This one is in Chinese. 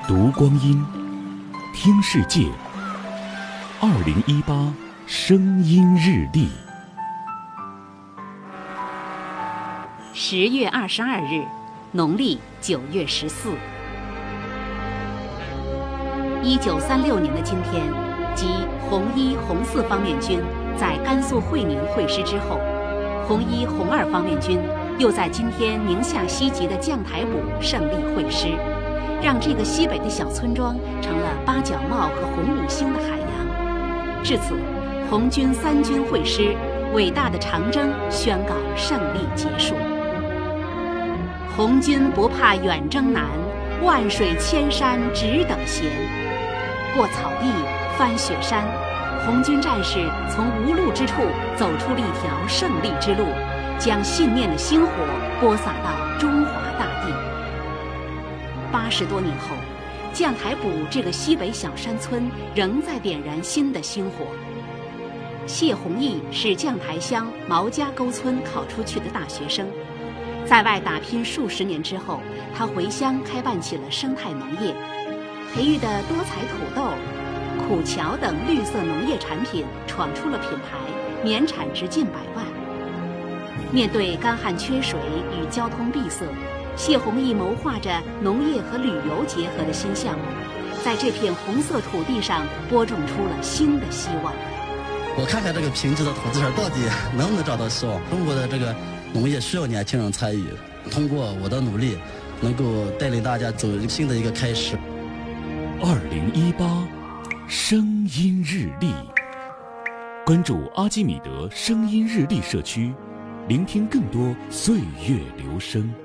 读光阴，听世界。2018声音日历。 10月22日，农历9月14。1936年的今天，即红一、红四方面军在甘肃会宁会师之后，红一、红二方面军又在今天宁夏西集的将台堡胜利会师，让这个西北的小村庄成了八角帽和红五星的海洋。至此，红军三军会师，伟大的长征宣告胜利结束。红军不怕远征难，万水千山只等闲。过草地，翻雪山，红军战士从无路之处走出了一条胜利之路，将信念的星火播撒到中华大地。80多年后，将台堡这个西北小山村仍在点燃新的星火。谢宏毅是将台乡毛家沟村考出去的大学生，在外打拼数十年之后，他回乡开办起了生态农业，培育的多彩土豆、苦荞等绿色农业产品闯出了品牌，年产值近100万。面对干旱缺水与交通闭塞，谢宏毅谋划着农业和旅游结合的新项目，在这片红色土地上播种出了新的希望。 我看看这个贫瘠的土地上到底能不能找到希望。中国的这个农业需要年轻人参与，通过我的努力，能够带领大家走新的一个开始。 2018声音日历，关注阿基米德声音日历社区，聆听更多岁月流声。